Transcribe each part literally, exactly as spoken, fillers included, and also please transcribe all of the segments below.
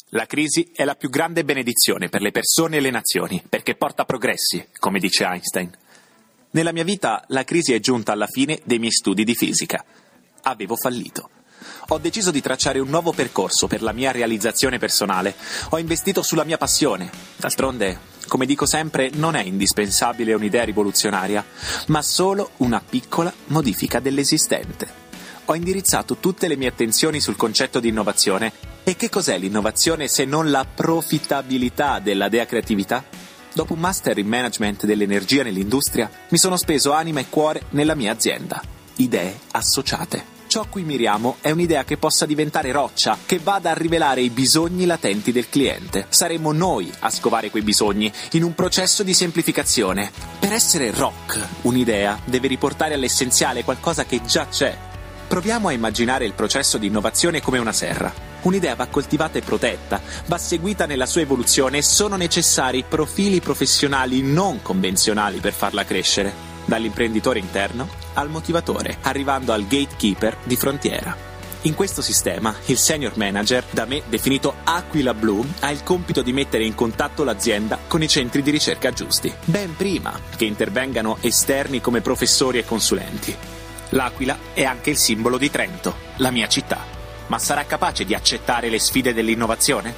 La crisi è la più grande benedizione per le persone e le nazioni, perché porta progressi, come dice Einstein. Nella mia vita la crisi è giunta alla fine dei miei studi di fisica. Avevo fallito. Ho deciso di tracciare un nuovo percorso per la mia realizzazione personale. Ho investito sulla mia passione. D'altronde, come dico sempre, non è indispensabile un'idea rivoluzionaria, ma solo una piccola modifica dell'esistente. Ho indirizzato tutte le mie attenzioni sul concetto di innovazione. E che cos'è l'innovazione se non la profittabilità della dea creatività? Dopo un master in management dell'energia nell'industria, mi sono speso anima e cuore nella mia azienda. Idee associate. Ciò a cui miriamo è un'idea che possa diventare roccia, che vada a rivelare i bisogni latenti del cliente. Saremo noi a scovare quei bisogni, in un processo di semplificazione. Per essere rock, un'idea deve riportare all'essenziale qualcosa che già c'è. Proviamo a immaginare il processo di innovazione come una serra. Un'idea va coltivata e protetta, va seguita nella sua evoluzione e sono necessari profili professionali non convenzionali per farla crescere, dall'imprenditore interno al motivatore, arrivando al gatekeeper di frontiera. In questo sistema, il senior manager, da me definito Aquila Blu, ha il compito di mettere in contatto l'azienda con i centri di ricerca giusti, ben prima che intervengano esterni come professori e consulenti. L'Aquila è anche il simbolo di Trento, la mia città. Ma sarà capace di accettare le sfide dell'innovazione?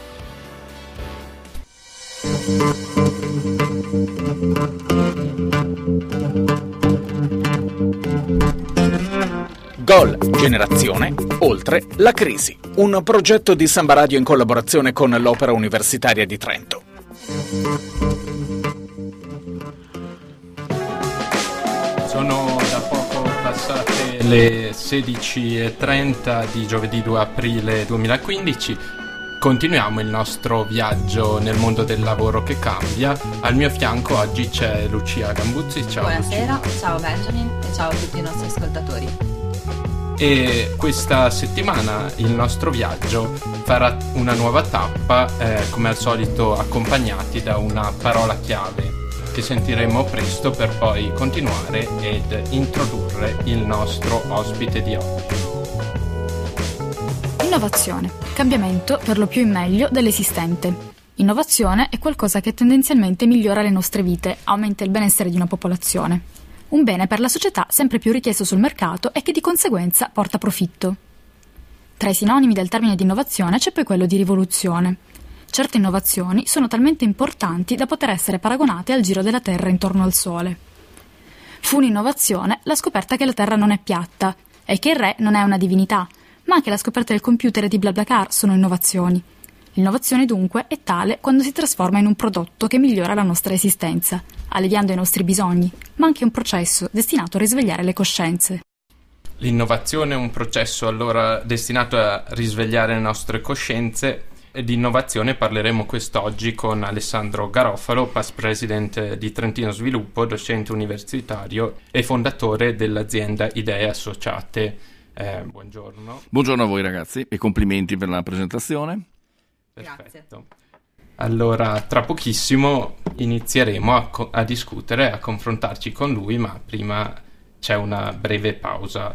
Gol Generazione oltre la crisi. Un progetto di Samba Radio in collaborazione con l'Opera Universitaria di Trento. Sono da poco passate le sedici e trenta di giovedì due aprile duemilaquindici. Continuiamo il nostro viaggio nel mondo del lavoro che cambia. Al mio fianco oggi c'è Lucia Gambuzzi. Ciao. Buonasera, Lucia. Ciao Benjamin e ciao a tutti i nostri ascoltatori. E questa settimana il nostro viaggio farà una nuova tappa, eh, come al solito accompagnati da una parola chiave che sentiremo presto per poi continuare ed introdurre il nostro ospite di oggi. Innovazione, cambiamento per lo più in meglio dell'esistente. Innovazione è qualcosa che tendenzialmente migliora le nostre vite, aumenta il benessere di una popolazione. Un bene per la società sempre più richiesto sul mercato e che di conseguenza porta profitto. Tra i sinonimi del termine di innovazione c'è poi quello di rivoluzione. Certe innovazioni sono talmente importanti da poter essere paragonate al giro della Terra intorno al Sole. Fu un'innovazione la scoperta che la Terra non è piatta e che il re non è una divinità, ma anche la scoperta del computer e di BlaBlaCar sono innovazioni. L'innovazione dunque è tale quando si trasforma in un prodotto che migliora la nostra esistenza, alleviando i nostri bisogni, ma anche un processo destinato a risvegliare le coscienze. L'innovazione è un processo allora destinato a risvegliare le nostre coscienze. E di innovazione parleremo quest'oggi con Alessandro Garofalo, past president di Trentino Sviluppo, docente universitario e fondatore dell'azienda Idee Associate. Eh, buongiorno. Buongiorno a voi ragazzi e complimenti per la presentazione. Perfetto. Allora, tra pochissimo inizieremo a, co- a discutere, a confrontarci con lui, ma prima c'è una breve pausa.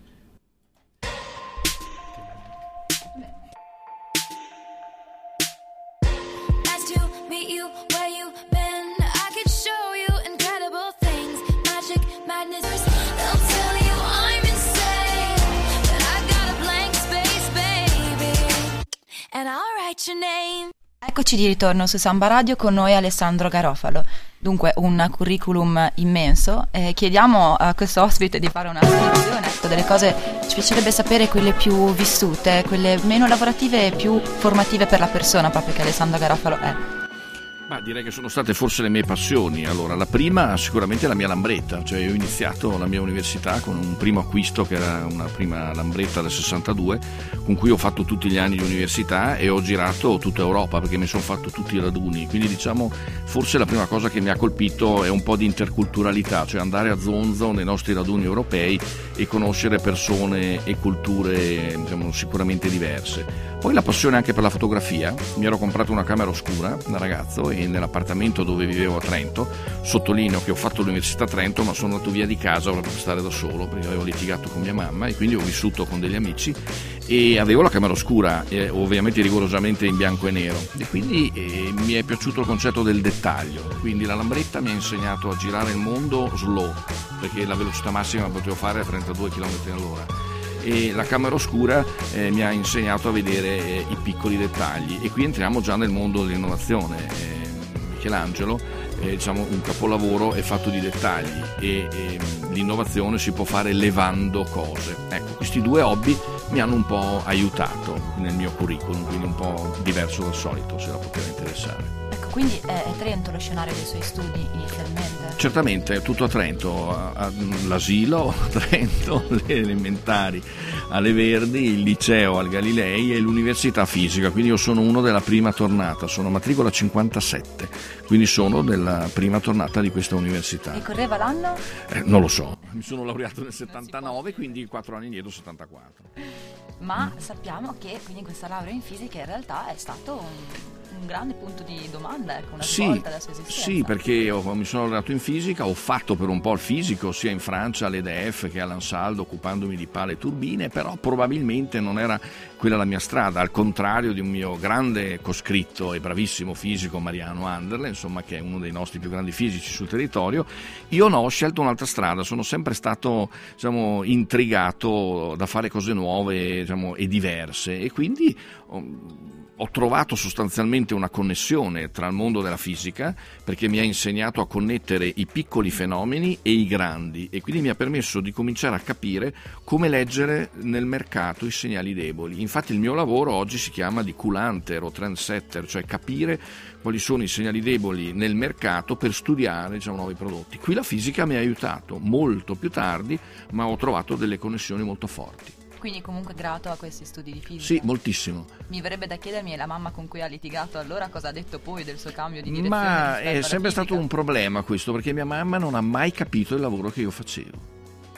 Eccoci di ritorno su Samba Radio, con noi Alessandro Garofalo. Dunque un curriculum immenso. Eh, chiediamo a questo ospite di fare una selezione, ecco, delle cose. Ci piacerebbe sapere quelle più vissute, quelle meno lavorative e più formative per la persona, proprio che Alessandro Garofalo è. Ma direi che sono state forse le mie passioni. Allora, la prima sicuramente è la mia lambretta, cioè io ho iniziato la mia università con un primo acquisto che era una prima lambretta del sessantadue, con cui ho fatto tutti gli anni di università e ho girato tutta Europa perché mi sono fatto tutti i raduni. Quindi diciamo forse la prima cosa che mi ha colpito è un po' di interculturalità, cioè andare a zonzo nei nostri raduni europei e conoscere persone e culture, diciamo, sicuramente diverse. Poi la passione anche per la fotografia. Mi ero comprato una camera oscura da ragazzo e nell'appartamento dove vivevo a Trento, sottolineo che ho fatto l'università a Trento ma sono andato via di casa proprio per stare da solo perché avevo litigato con mia mamma e quindi ho vissuto con degli amici e avevo la camera oscura, eh, ovviamente rigorosamente in bianco e nero, e quindi eh, mi è piaciuto il concetto del dettaglio. Quindi la lambretta mi ha insegnato a girare il mondo slow, perché la velocità massima la potevo fare a trentadue chilometri all'ora, e la camera oscura eh, mi ha insegnato a vedere eh, i piccoli dettagli, e qui entriamo già nel mondo dell'innovazione. eh, Michelangelo, eh, diciamo, un capolavoro è fatto di dettagli e, e l'innovazione si può fare levando cose. Ecco, questi due hobby mi hanno un po' aiutato nel mio curriculum, quindi un po' diverso dal solito, se la poteva interessare. Ecco, quindi è, è Trento lo scenario dei suoi studi inizialmente? Certamente, tutto a Trento, a, a, l'asilo a Trento, le elementari alle Verdi, il liceo al Galilei e l'università fisica, quindi io sono uno della prima tornata, sono matricola cinquantasette, quindi sono della prima tornata di questa università. E correva l'anno? Eh, non lo so, mi sono laureato nel settantanove, quindi quattro anni indietro, settantaquattro. Ma sappiamo che quindi questa laurea in fisica in realtà è stato un, un grande punto di domanda, ecco, una svolta Sì, della sua esistenza. sì, perché ho, mi sono laureato in fisica, ho fatto per un po' il fisico sia in Francia all'E D F che all'Ansaldo, occupandomi di pale e turbine, però probabilmente non era quella la mia strada, al contrario di un mio grande coscritto e bravissimo fisico, Mariano Anderle, insomma, che è uno dei nostri più grandi fisici sul territorio. Io no, ho scelto un'altra strada, sono sempre stato, diciamo, intrigato da fare cose nuove, diciamo, e diverse, e quindi ho, ho trovato sostanzialmente una connessione tra il mondo della fisica, perché mi ha insegnato a connettere i piccoli fenomeni e i grandi, e quindi mi ha permesso di cominciare a capire come leggere nel mercato i segnali deboli. Infatti il mio lavoro oggi si chiama di cool-hunter o trendsetter, cioè capire quali sono i segnali deboli nel mercato per studiare, diciamo, nuovi prodotti. Qui la fisica mi ha aiutato molto più tardi, ma ho trovato delle connessioni molto forti. Quindi comunque grato a questi studi di fisica? Sì, moltissimo. Mi verrebbe da chiedermi, la mamma con cui ha litigato allora cosa ha detto poi del suo cambio di direzione? Ma è sempre fisica? stato un problema questo, perché mia mamma non ha mai capito il lavoro che io facevo.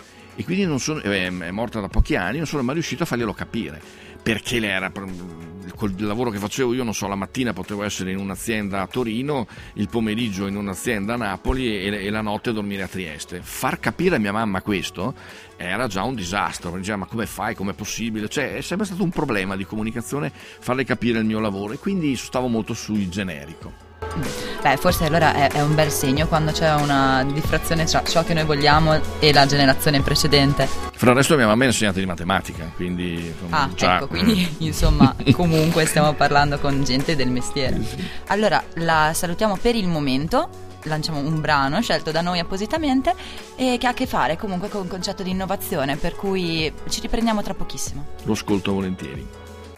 E quindi non sono, è morta da pochi anni, non sono mai riuscito a farglielo capire, perché lei era, col lavoro che facevo io, non so, la mattina potevo essere in un'azienda a Torino, il pomeriggio in un'azienda a Napoli e, e la notte dormire a Trieste. Far capire a mia mamma questo era già un disastro, perché diceva: ma come fai, com'è possibile? Cioè è sempre stato un problema di comunicazione farle capire il mio lavoro, e quindi stavo molto sul generico. Beh, forse allora è, è un bel segno quando c'è una diffrazione tra ciò che noi vogliamo e la generazione precedente. Fra il resto mia mamma mi ha insegnato di matematica, quindi insomma, Ah, già... ecco, quindi insomma comunque stiamo parlando con gente del mestiere. Allora la salutiamo per il momento, lanciamo un brano scelto da noi appositamente e che ha a che fare comunque con un concetto di innovazione, per cui ci riprendiamo tra pochissimo. Lo ascolto volentieri.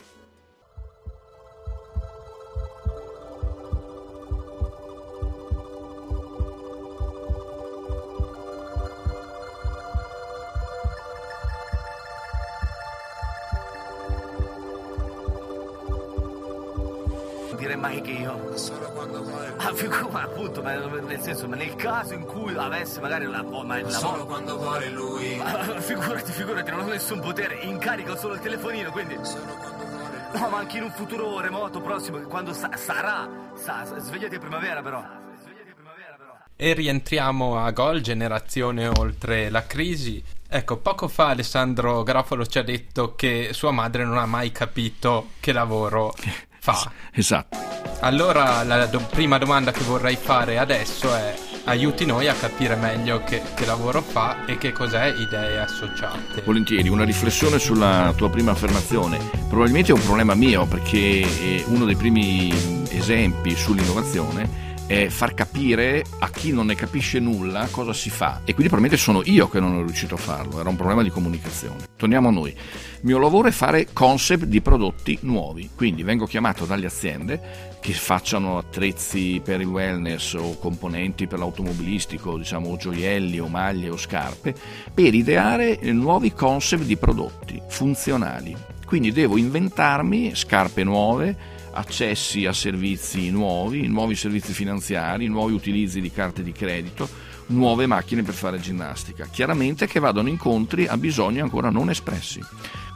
Dire mai che io solo quando vuoi ah, figu- ma appunto, ma nel senso, ma nel caso in cui avesse magari la oh, ma la solo quando vuole lui, ma, figurati, figurati, non ho nessun potere, incarico solo il telefonino, quindi solo quando vuole lui. No, ma anche in un futuro remoto prossimo, quando sa- sarà sa- svegliati a primavera però svegliati a primavera però E rientriamo a Gol, generazione oltre la crisi. Ecco, poco fa Alessandro Garofalo ci ha detto che sua madre non ha mai capito che lavoro fa. Esatto. Allora la do- prima domanda che vorrei fare adesso è: aiuti noi a capire meglio che, che lavoro fa e che cos'è Idee Associate. Volentieri, una riflessione sulla tua prima affermazione. Probabilmente è un problema mio, perché uno dei primi esempi sull'innovazione è far capire a chi non ne capisce nulla cosa si fa, e quindi probabilmente sono io che non ho riuscito a farlo, era un problema di comunicazione. Torniamo a noi. Il mio lavoro è fare concept di prodotti nuovi, quindi vengo chiamato dalle aziende che facciano attrezzi per il wellness o componenti per l'automobilistico, diciamo, o gioielli o maglie o scarpe, per ideare nuovi concept di prodotti funzionali. Quindi devo inventarmi scarpe nuove, accessi a servizi nuovi, nuovi servizi finanziari, nuovi utilizzi di carte di credito, nuove macchine per fare ginnastica, chiaramente che vadano incontri a bisogni ancora non espressi.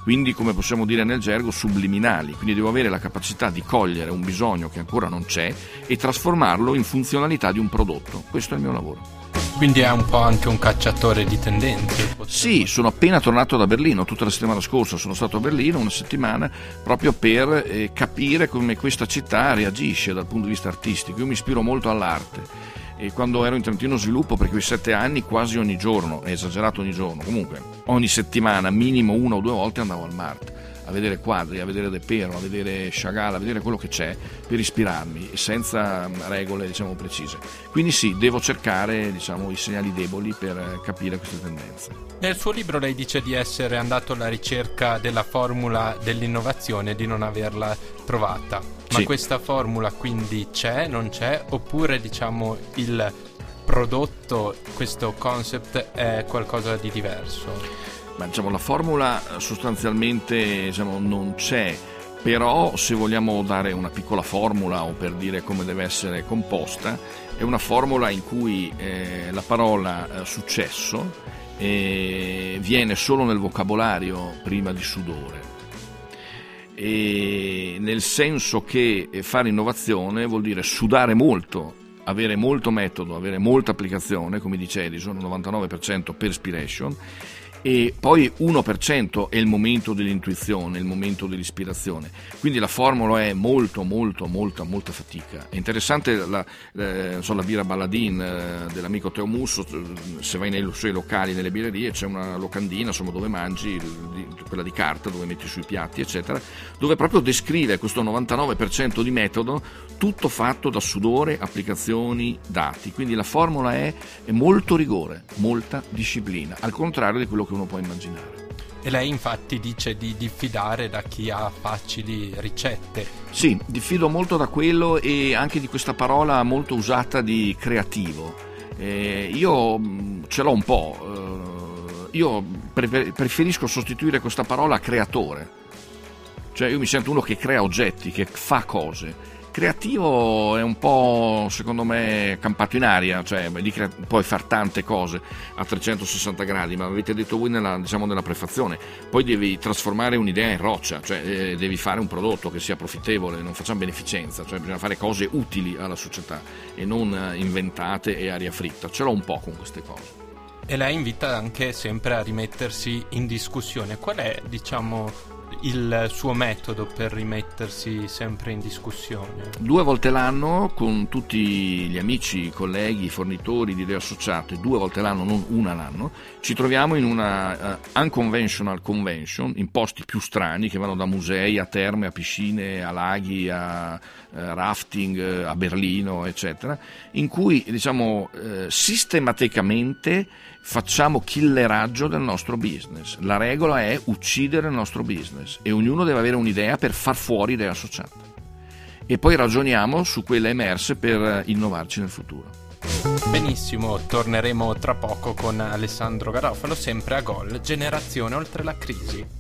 quindi come possiamo dire nel gergo subliminali, quindi devo avere la capacità di cogliere un bisogno che ancora non c'è e trasformarlo in funzionalità di un prodotto. Questo è il mio lavoro. Quindi è un po' anche un cacciatore di tendenze. Sì, sono appena tornato da Berlino, tutta la settimana scorsa sono stato a Berlino una settimana proprio per eh, capire come questa città reagisce dal punto di vista artistico. Io mi ispiro molto all'arte e quando ero in Trentino Sviluppo per quei sette anni quasi ogni giorno, è esagerato ogni giorno, comunque ogni settimana minimo una o due volte andavo al Mart a vedere quadri, a vedere De Pero, a vedere Chagall, a vedere quello che c'è per ispirarmi senza regole diciamo precise. Quindi sì, devo cercare diciamo i segnali deboli per capire queste tendenze. Nel suo libro lei dice di essere andato alla ricerca della formula dell'innovazione e di non averla trovata. Ma sì. Questa formula quindi c'è, non c'è, oppure diciamo il prodotto, questo concept è qualcosa di diverso? Ma diciamo la formula sostanzialmente diciamo, non c'è, però se vogliamo dare una piccola formula o per dire come deve essere composta, è una formula in cui eh, la parola eh, successo eh, viene solo nel vocabolario prima di sudore, e nel senso che fare innovazione vuol dire sudare molto, avere molto metodo, avere molta applicazione, come dice Edison, novantanove per cento perspiration, e poi uno per cento è il momento dell'intuizione, il momento dell'ispirazione. Quindi la formula è molto, molto, molta, molta fatica. È interessante la, eh, so, la birra Balladin eh, dell'amico Teo Musso, se vai nei suoi locali, nelle birrerie, c'è una locandina insomma, dove mangi, quella di carta, dove metti sui piatti, eccetera, dove proprio descrive questo novantanove per cento di metodo, tutto fatto da sudore, applicazioni, dati. Quindi la formula è, è molto rigore, molta disciplina, al contrario di quello che uno può immaginare. E lei infatti dice di diffidare da chi ha facili ricette. Sì, diffido molto da quello e anche di questa parola molto usata di creativo. Eh, io ce l'ho un po', eh, io pre- preferisco sostituire questa parola a creatore. Cioè io mi sento uno che crea oggetti, che fa cose. Creativo è un po', secondo me, campato in aria, cioè crea- puoi fare tante cose a trecentosessanta gradi, ma avete detto voi nella, diciamo, nella prefazione, poi devi trasformare un'idea in roccia, cioè eh, devi fare un prodotto che sia profittevole, non facciamo beneficenza, cioè bisogna fare cose utili alla società e non eh, inventate e aria fritta. Ce l'ho un po' con queste cose. E lei invita anche sempre a rimettersi in discussione. Qual è, diciamo, il suo metodo per rimettersi sempre in discussione? Due volte l'anno con tutti gli amici, colleghi, fornitori di idee associate, due volte l'anno, non una l'anno, ci troviamo in una uh, unconventional convention in posti più strani che vanno da musei a terme, a piscine, a laghi, a uh, rafting, uh, a Berlino, eccetera, in cui diciamo uh, sistematicamente facciamo killeraggio del nostro business. La regola è uccidere il nostro business e ognuno deve avere un'idea per far fuori idee associate. E poi ragioniamo su quelle emerse per innovarci nel futuro. Benissimo, torneremo tra poco con Alessandro Garofalo, sempre a Gol, Generazione oltre la crisi.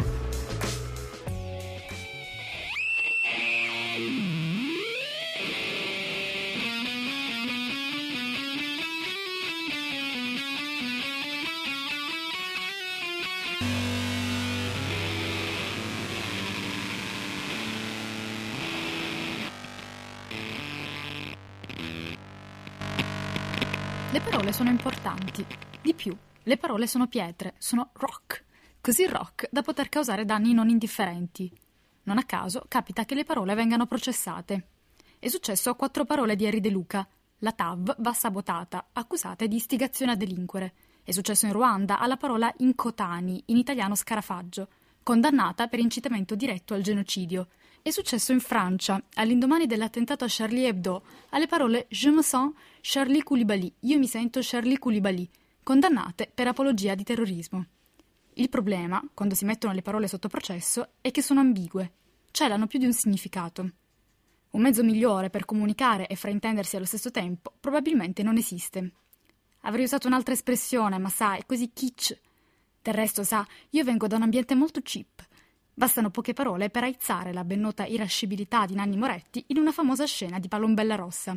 Le parole sono importanti. Di più, le parole sono pietre, sono rock. Così rock da poter causare danni non indifferenti. Non a caso capita che le parole vengano processate. È successo a quattro parole di Henri De Luca. La T A V va sabotata, accusata di istigazione a delinquere. È successo in Ruanda alla parola Inkotani, in italiano scarafaggio, condannata per incitamento diretto al genocidio. È successo in Francia, all'indomani dell'attentato a Charlie Hebdo, alle parole Je me sens Charlie Koulibaly, io mi sento Charlie Koulibaly, condannate per apologia di terrorismo. Il problema, quando si mettono le parole sotto processo, è che sono ambigue, celano più di un significato. Un mezzo migliore per comunicare e fraintendersi allo stesso tempo probabilmente non esiste. Avrei usato un'altra espressione, ma sa, è così kitsch. Del resto, sa, io vengo da un ambiente molto cheap. Bastano poche parole per aizzare la ben nota irascibilità di Nanni Moretti in una famosa scena di Palombella Rossa.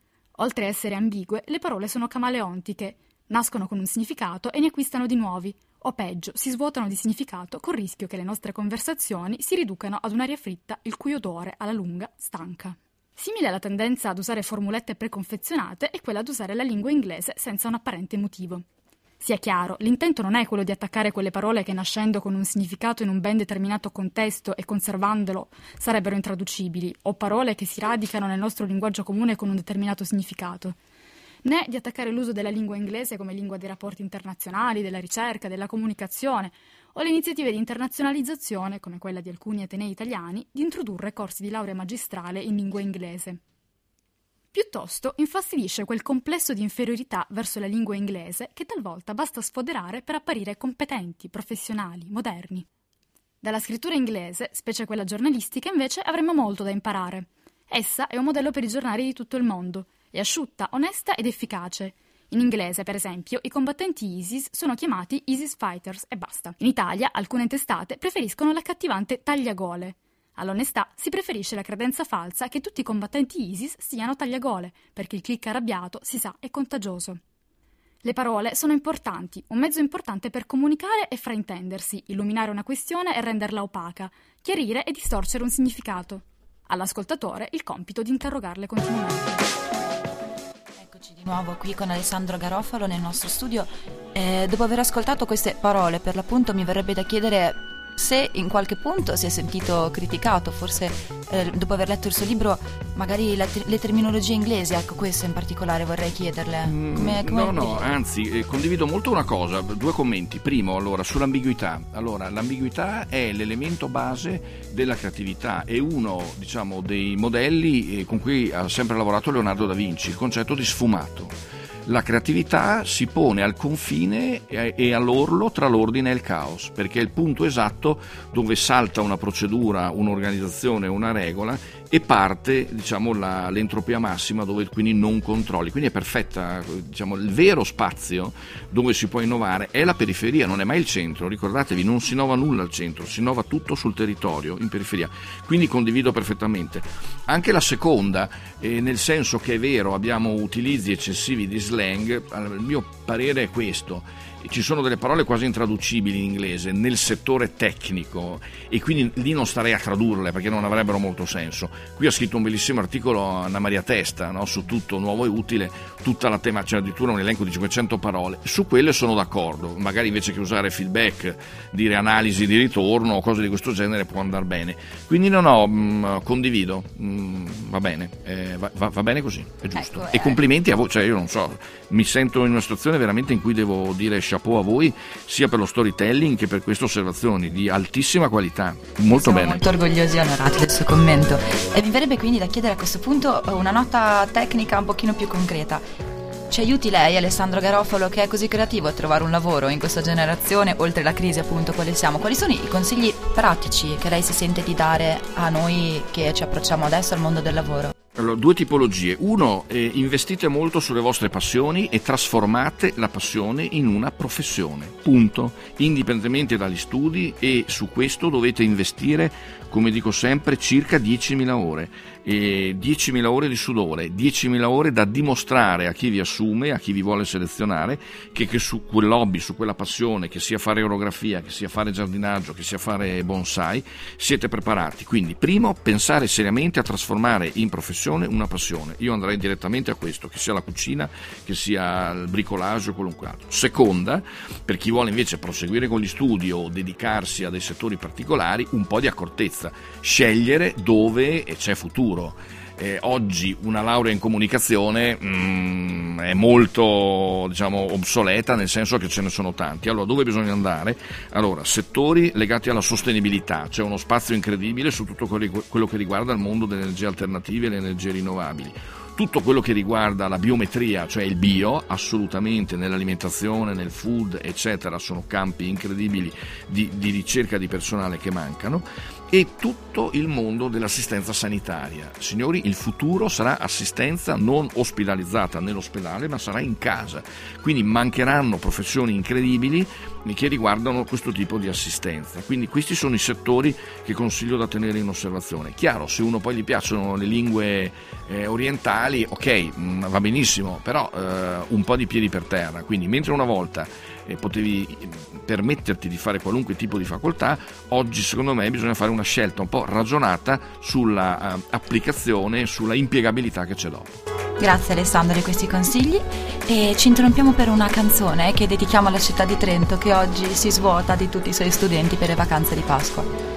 Oltre a essere ambigue, le parole sono camaleontiche, nascono con un significato e ne acquistano di nuovi, o peggio, si svuotano di significato col rischio che le nostre conversazioni si riducano ad un'aria fritta il cui odore alla lunga stanca. Simile alla tendenza ad usare formulette preconfezionate è quella ad usare la lingua inglese senza un apparente motivo. Sia chiaro, l'intento non è quello di attaccare quelle parole che nascendo con un significato in un ben determinato contesto e conservandolo sarebbero intraducibili, o parole che si radicano nel nostro linguaggio comune con un determinato significato, né di attaccare l'uso della lingua inglese come lingua dei rapporti internazionali, della ricerca, della comunicazione, o le iniziative di internazionalizzazione, come quella di alcuni atenei italiani, di introdurre corsi di laurea magistrale in lingua inglese. Piuttosto infastidisce quel complesso di inferiorità verso la lingua inglese che talvolta basta sfoderare per apparire competenti, professionali, moderni. Dalla scrittura inglese, specie quella giornalistica, invece avremmo molto da imparare. Essa è un modello per i giornali di tutto il mondo, è asciutta, onesta ed efficace. In inglese, per esempio, i combattenti ISIS sono chiamati ISIS Fighters e basta. In Italia, alcune testate preferiscono l'accattivante tagliagole. All'onestà si preferisce la credenza falsa che tutti i combattenti ISIS siano tagliagole, perché il click arrabbiato, si sa, è contagioso. Le parole sono importanti, un mezzo importante per comunicare e fraintendersi, illuminare una questione e renderla opaca, chiarire e distorcere un significato. All'ascoltatore il compito di interrogarle continuamente. Eccoci di nuovo qui con Alessandro Garofalo nel nostro studio. Eh, dopo aver ascoltato queste parole, per l'appunto mi verrebbe da chiedere se in qualche punto si è sentito criticato, forse eh, dopo aver letto il suo libro, magari la, le terminologie inglesi, ecco, queste in particolare vorrei chiederle. Come, come no, no, anzi, eh, condivido molto una cosa, due commenti. Primo, allora, sull'ambiguità. Allora, l'ambiguità è l'elemento base della creatività, è uno, diciamo, dei modelli eh, con cui ha sempre lavorato Leonardo da Vinci, il concetto di sfumato. La creatività si pone al confine e all'orlo tra l'ordine e il caos, perché è il punto esatto dove salta una procedura, un'organizzazione, una regola e parte, diciamo, la, l'entropia massima dove quindi non controlli. Quindi è perfetta, diciamo, il vero spazio dove si può innovare è la periferia, non è mai il centro. Ricordatevi, non si innova nulla al centro, si innova tutto sul territorio, in periferia. Quindi condivido perfettamente. Anche la seconda, eh, nel senso che è vero, abbiamo utilizzi eccessivi di slang. Il mio parere è questo: ci sono delle parole quasi intraducibili in inglese nel settore tecnico e quindi lì non starei a tradurle perché non avrebbero molto senso. Qui ha scritto un bellissimo articolo Anna Maria Testa, no? Su tutto nuovo e utile, tutta la tema, c'è addirittura un elenco di cinquecento parole, su quelle sono d'accordo, magari invece che usare feedback, dire analisi di ritorno o cose di questo genere può andare bene, quindi no no, mh, condivido, mh, va bene, eh, va, va, va bene così, è giusto, ecco, e complimenti a voi, cioè io non so, mi sento in una situazione veramente in cui devo dire chapeau a voi sia per lo storytelling che per queste osservazioni di altissima qualità, molto Siamo bene. Molto orgogliosi e onorati del suo commento. E mi verrebbe quindi da chiedere a questo punto una nota tecnica un pochino più concreta. Ci aiuti lei, Alessandro Garofalo, che è così creativo, a trovare un lavoro in questa generazione, oltre la crisi appunto quale siamo? Quali sono i consigli pratici che lei si sente di dare a noi che ci approcciamo adesso al mondo del lavoro? Allora, due tipologie. Uno, eh, investite molto sulle vostre passioni e trasformate la passione in una professione, punto, indipendentemente dagli studi, e su questo dovete investire, come dico sempre, circa diecimila ore. E diecimila ore di sudore, diecimila ore da dimostrare a chi vi assume, a chi vi vuole selezionare, che, che su quell'hobby, su quella passione, che sia fare orografia, che sia fare giardinaggio, che sia fare bonsai, siete preparati. Quindi, primo, pensare seriamente a trasformare in professione una passione. Io andrei direttamente a questo, che sia la cucina, che sia il bricolage o qualunque altro. Seconda, per chi vuole invece proseguire con gli studi o dedicarsi a dei settori particolari, un po' di accortezza, scegliere dove c'è futuro. Eh, oggi una laurea in comunicazione mh, è molto, diciamo, obsoleta, nel senso che ce ne sono tanti. Allora, dove bisogna andare? Allora, settori legati alla sostenibilità, c'è uno spazio incredibile su tutto quello che riguarda il mondo delle energie alternative e le energie rinnovabili. Tutto quello che riguarda la biometria, cioè il bio, assolutamente, nell'alimentazione, nel food, eccetera, sono campi incredibili di, di ricerca di personale che mancano, e tutto il mondo dell'assistenza sanitaria. Signori, il futuro sarà assistenza non ospedalizzata nell'ospedale, ma sarà in casa. Quindi mancheranno professioni incredibili che riguardano questo tipo di assistenza. Quindi questi sono i settori che consiglio da tenere in osservazione. Chiaro, se uno poi gli piacciono le lingue eh, orientali, ok, mh, va benissimo, però eh, un po' di piedi per terra. Quindi mentre una volta eh, potevi permetterti di fare qualunque tipo di facoltà, oggi secondo me bisogna fare una scelta un po' ragionata sulla uh, applicazione, sulla impiegabilità che c'è dopo. Grazie Alessandro di questi consigli, e ci interrompiamo per una canzone che dedichiamo alla città di Trento, che oggi si svuota di tutti i suoi studenti per le vacanze di Pasqua.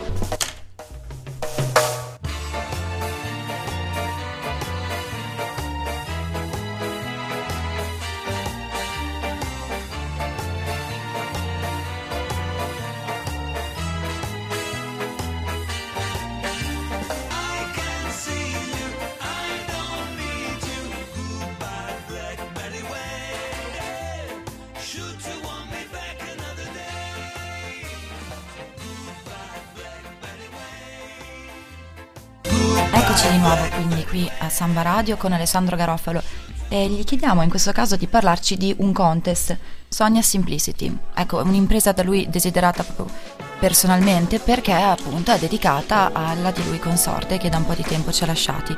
Eccoci di nuovo quindi qui a Samba Radio con Alessandro Garofalo, e gli chiediamo in questo caso di parlarci di un contest, Sonia Simplicity. Ecco, è un'impresa da lui desiderata proprio personalmente, perché appunto è dedicata alla di lui consorte che da un po' di tempo ci ha lasciati.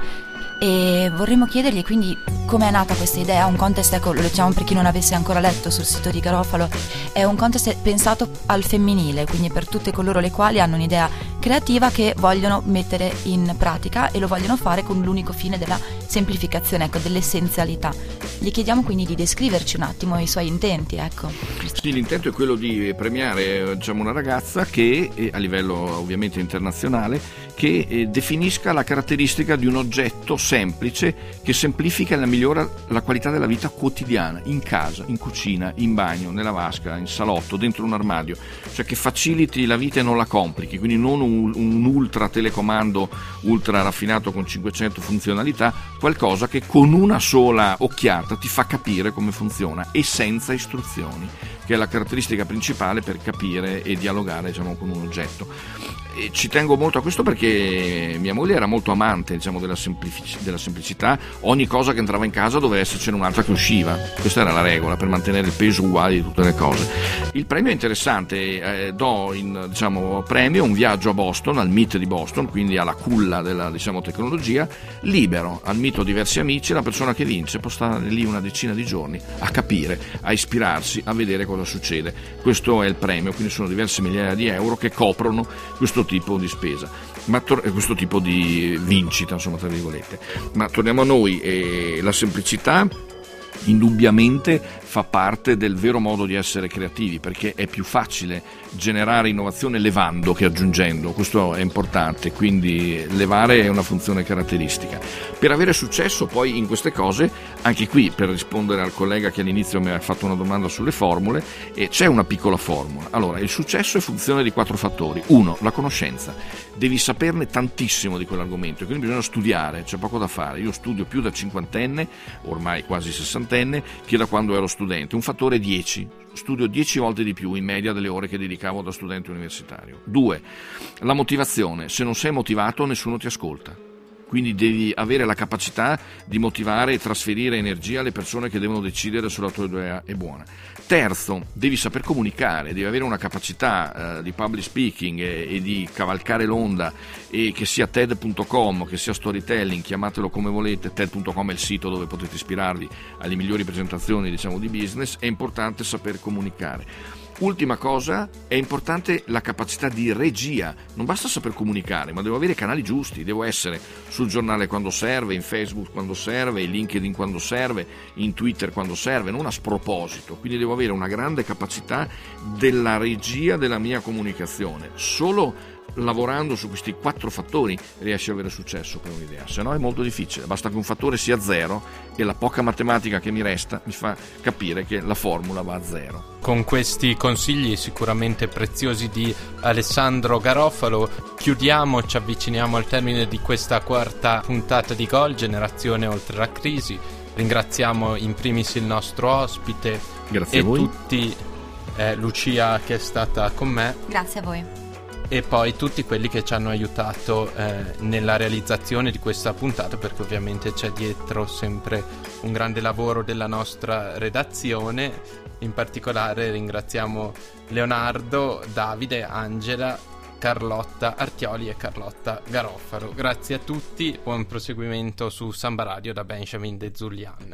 E vorremmo chiedergli quindi come è nata questa idea. Un contest, ecco, lo leggiamo per chi non avesse ancora letto sul sito di Garofalo, è un contest pensato al femminile, quindi per tutte coloro le quali hanno un'idea creativa che vogliono mettere in pratica e lo vogliono fare con l'unico fine della semplificazione, ecco, dell'essenzialità. Gli chiediamo quindi di descriverci un attimo i suoi intenti, ecco. Sì, l'intento è quello di premiare, diciamo, una ragazza che a livello ovviamente internazionale, che eh, definisca la caratteristica di un oggetto semplice che semplifica e migliora la qualità della vita quotidiana, in casa, in cucina, in bagno, nella vasca, in salotto, dentro un armadio, cioè che faciliti la vita e non la complichi, quindi non un, un ultra telecomando ultra raffinato con cinquecento funzionalità, qualcosa che con una sola occhiata ti fa capire come funziona e senza istruzioni, che è la caratteristica principale per capire e dialogare, diciamo, con un oggetto. E ci tengo molto a questo perché mia moglie era molto amante, diciamo, della, semplici- della semplicità. Ogni cosa che entrava in casa doveva essercene un'altra che usciva, questa era la regola per mantenere il peso uguale di tutte le cose. Il premio è interessante, eh, do in, diciamo, premio un viaggio a Boston, al Meet di Boston, quindi alla culla della, diciamo, tecnologia, libero. Al Meet ho diversi amici, la persona che vince può stare lì una decina di giorni a capire, a ispirarsi, a vedere cosa succede. Questo è il premio, quindi sono diverse migliaia di euro che coprono questo tipo di spesa, ma tor- questo tipo di vincita, insomma, tra virgolette. Ma torniamo a noi, e la semplicità indubbiamente fa parte del vero modo di essere creativi, perché è più facile generare innovazione levando che aggiungendo, questo è importante, quindi levare è una funzione caratteristica. Per avere successo poi in queste cose, anche qui per rispondere al collega che all'inizio mi ha fatto una domanda sulle formule, e c'è una piccola formula. Allora, il successo è funzione di quattro fattori. Uno, la conoscenza, devi saperne tantissimo di quell'argomento, quindi bisogna studiare, c'è poco da fare. Io studio più da cinquantenne, ormai quasi sessantenne, che da quando ero studente. Un fattore dieci, studio dieci volte di più in media delle ore che dedicavo da studente universitario. Due, la motivazione, se non sei motivato nessuno ti ascolta, quindi devi avere la capacità di motivare e trasferire energia alle persone che devono decidere se la tua idea è buona. Terzo, devi saper comunicare, devi avere una capacità eh, di public speaking e, e di cavalcare l'onda, e che sia TED punto com, che sia storytelling, chiamatelo come volete. TED punto com è il sito dove potete ispirarvi alle migliori presentazioni, diciamo, di business. È importante saper comunicare. Ultima cosa, è importante la capacità di regia, non basta saper comunicare, ma devo avere i canali giusti, devo essere sul giornale quando serve, in Facebook quando serve, in LinkedIn quando serve, in Twitter quando serve, non a sproposito, quindi devo avere una grande capacità della regia della mia comunicazione. Solo lavorando su questi quattro fattori riesci ad avere successo per un'idea, se no è molto difficile, basta che un fattore sia zero e la poca matematica che mi resta mi fa capire che la formula va a zero. Con questi consigli sicuramente preziosi di Alessandro Garofalo chiudiamo, ci avviciniamo al termine di questa quarta puntata di Gol, Generazione oltre la crisi. Ringraziamo in primis il nostro ospite. Grazie e a voi. tutti, eh, Lucia che è stata con me. Grazie a voi. E poi tutti quelli che ci hanno aiutato eh, nella realizzazione di questa puntata, perché ovviamente c'è dietro sempre un grande lavoro della nostra redazione. In particolare ringraziamo Leonardo, Davide, Angela, Carlotta Artioli e Carlotta Garofalo. Grazie a tutti, buon proseguimento su Samba Radio da Benjamin De Zulian.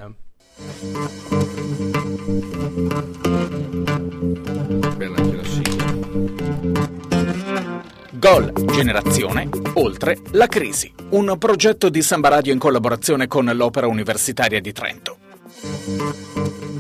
Bella anche la sigla. Gol Generazione Oltre la crisi, un progetto di Samba Radio in collaborazione con l'Opera Universitaria di Trento.